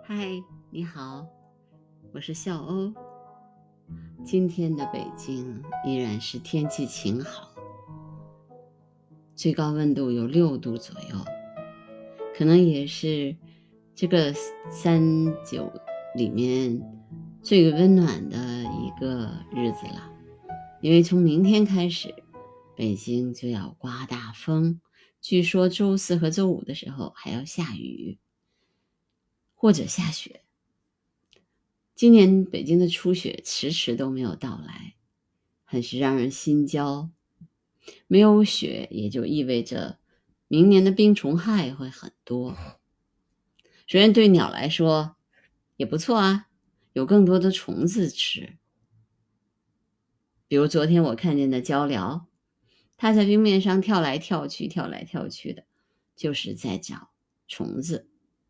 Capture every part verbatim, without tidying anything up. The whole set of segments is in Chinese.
嗨，你好，我是笑欧。今天的北京依然是天气晴好，最高温度有六度左右，可能也是这个三九里面最温暖的一个日子了。因为从明天开始，北京就要刮大风，据说周四和周五的时候还要下雨或者下雪。今年北京的初雪迟迟都没有到来，很是让人心焦。没有雪也就意味着明年的病虫害会很多。首先对鸟来说也不错啊，有更多的虫子吃。比如昨天我看见的鹪鹩，它在冰面上跳来跳去跳来跳去的，就是在找虫子。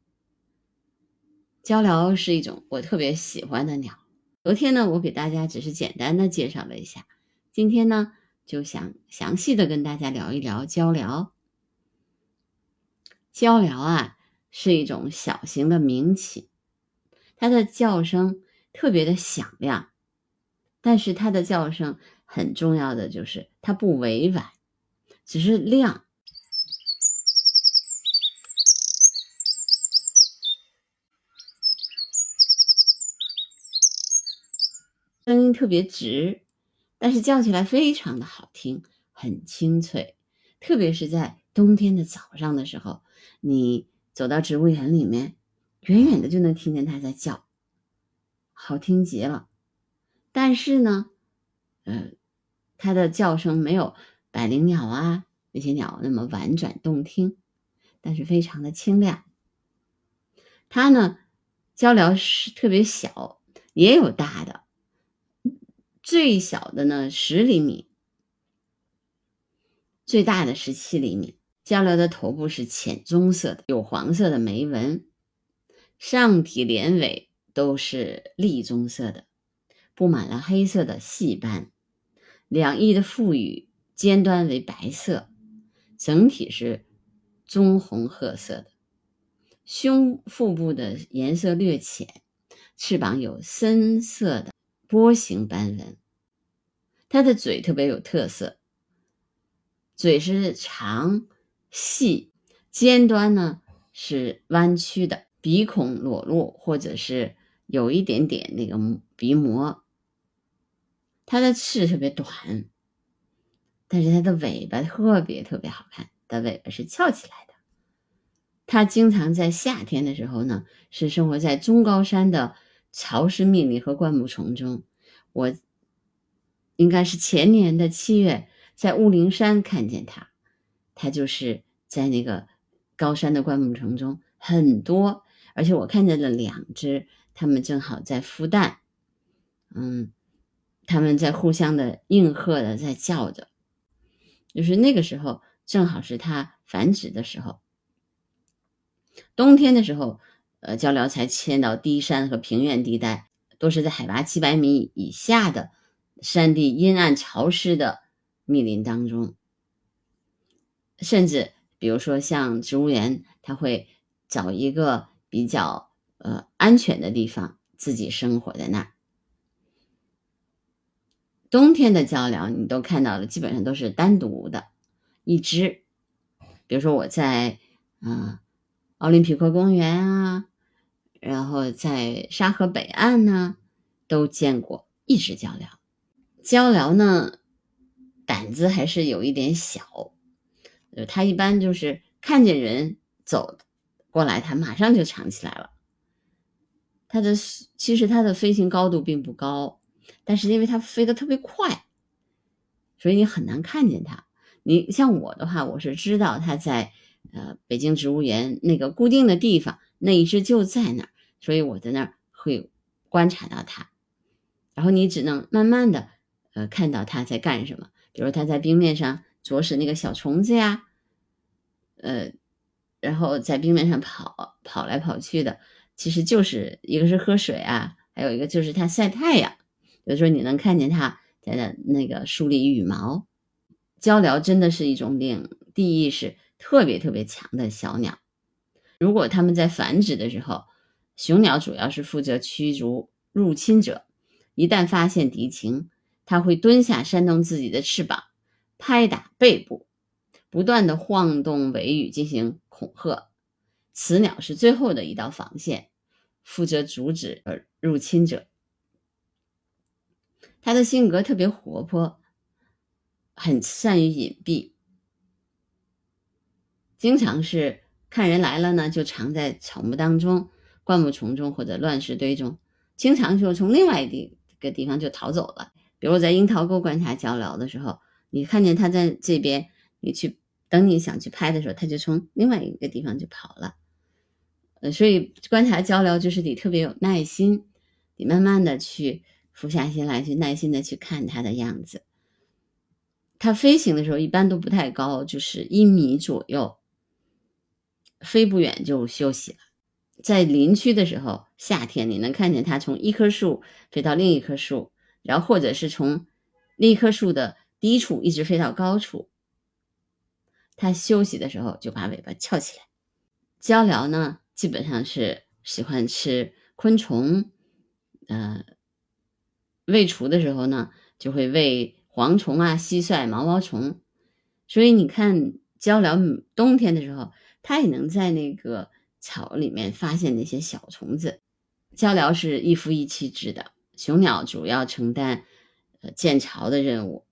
鹪鹩是一种我特别喜欢的鸟。昨天呢，我给大家只是简单的介绍了一下，今天呢，就想详细的跟大家聊一聊鹪鹩。鹪鹩啊，是一种小型的鸣禽，它的叫声特别的响亮，但是它的叫声很重要的就是它不委婉，只是亮。声音特别直，但是叫起来非常的好听，很清脆。特别是在冬天的早上的时候，你走到植物园里面，远远的就能听见它在叫，好听极了。但是呢，呃，它的叫声没有百灵鸟啊那些鸟那么婉转动听，但是非常的清亮。它呢，鹪鹩是特别小，也有大的。最小的呢十厘米，最大的十七厘米。鹪鹩的头部是浅棕色的，有黄色的眉纹，上体连尾都是栗棕色的，布满了黑色的细斑，两翼的腹羽尖端为白色，整体是棕红褐色的，胸腹部的颜色略浅，翅膀有深色的波形斑纹。它的嘴特别有特色，嘴是长细，尖端呢是弯曲的，鼻孔裸露或者是有一点点那个鼻膜。它的翅特别短，但是它的尾巴特别特别好看，它的尾巴是翘起来的。它经常在夏天的时候呢，是生活在中高山的潮湿密林和灌木丛中。我应该是前年的七月在雾灵山看见它，它就是在那个高山的灌木丛中很多，而且我看见了两只，它们正好在孵蛋，嗯，它们在互相的应和的在叫着，就是那个时候正好是它繁殖的时候。冬天的时候，呃，鹪鹩才迁到低山和平原地带，都是在海拔七百米以下的山地阴暗潮湿的密林当中。甚至比如说像植物园，它会找一个比较呃安全的地方自己生活在那儿。冬天的鹪鹩你都看到了，基本上都是单独的一只。比如说我在呃奥林匹克公园啊，然后在沙河北岸呢，都见过一只鹪鹩。鹪鹩呢，胆子还是有一点小，呃，它一般就是看见人走过来，它马上就藏起来了。它的其实它的飞行高度并不高，但是因为它飞得特别快，所以你很难看见它。你像我的话，我是知道它在呃北京植物园那个固定的地方，那一只就在那儿，所以我在那儿会观察到它。然后你只能慢慢的呃看到它在干什么，比如它在冰面上啄食那个小虫子呀，呃，然后在冰面上跑跑来跑去的，其实就是一个是喝水啊，还有一个就是它晒太阳。有时候你能看见它在那那个梳理羽毛。鹪鹩真的是一种领地意识特别特别强的小鸟。如果它们在繁殖的时候， 雄鸟主要是负责驱逐入侵者，一旦发现敌情，它会蹲下扇动自己的翅膀，拍打背部，不断的晃动尾羽进行恐吓。雌鸟是最后的一道防线，负责阻止入侵者。它的性格特别活泼，很善于隐蔽，经常是看人来了呢，就藏在草木当中、灌木丛中或者乱石堆中，经常就从另外一个地方就逃走了。比如在樱桃沟观察鹪鹩的时候，你看见它在这边，你去等你想去拍的时候，它就从另外一个地方就跑了。呃，所以观察鹪鹩就是得特别有耐心，得慢慢的去俯下心来，去耐心的去看它的样子。它飞行的时候一般都不太高，就是一米左右，飞不远就休息了。在林区的时候，夏天你能看见它从一棵树飞到另一棵树，然后或者是从另一棵树的低处一直飞到高处。它休息的时候就把尾巴翘起来。鹪鹩呢，基本上是喜欢吃昆虫，呃，喂雏的时候呢，就会喂蝗虫啊、蟋蟀、毛毛虫。所以你看鹪鹩冬天的时候，它也能在那个草里面发现那些小虫子。鹪鹩是一夫一妻制的，雄鸟主要承担呃建巢的任务。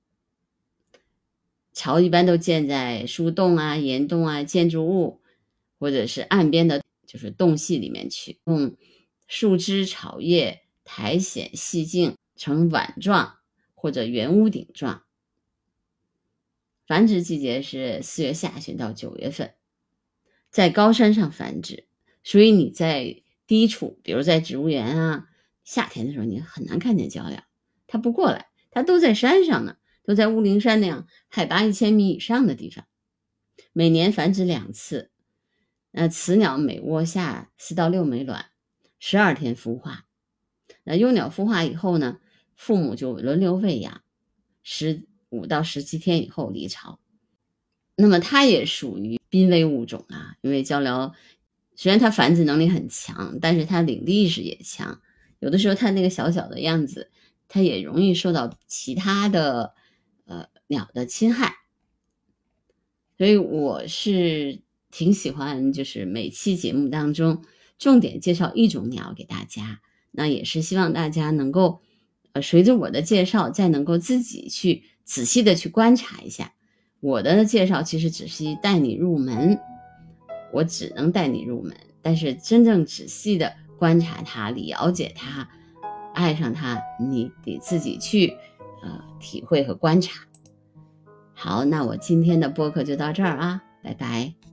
巢一般都建在树洞啊、岩洞啊、建筑物，或者是岸边的就是洞隙里面去，用树枝、草叶苔藓细茎呈碗状或者圆屋顶状。繁殖季节是四月下旬到九月份，在高山上繁殖，所以你在低处，比如在植物园啊，夏天的时候你很难看见鹪鹩，它不过来，它都在山上呢，都在雾灵山那样海拔一千米以上的地方。每年繁殖两次，那雌鸟每窝下四到六枚卵，十二天孵化。那幼鸟孵化以后呢，父母就轮流喂养，十五到十七天以后离巢。那么它也属于濒危物种啊，因为鹪鹩虽然它繁殖能力很强，但是它领地意识也强，有的时候它那个小小的样子，它也容易受到其他的呃鸟的侵害。所以我是挺喜欢就是每期节目当中重点介绍一种鸟给大家，那也是希望大家能够呃随着我的介绍再能够自己去仔细的去观察一下。我的介绍其实只是带你入门，我只能带你入门，但是真正仔细的观察它、了解它、爱上它，你得自己去呃体会和观察。好，那我今天的播客就到这儿啊，拜拜。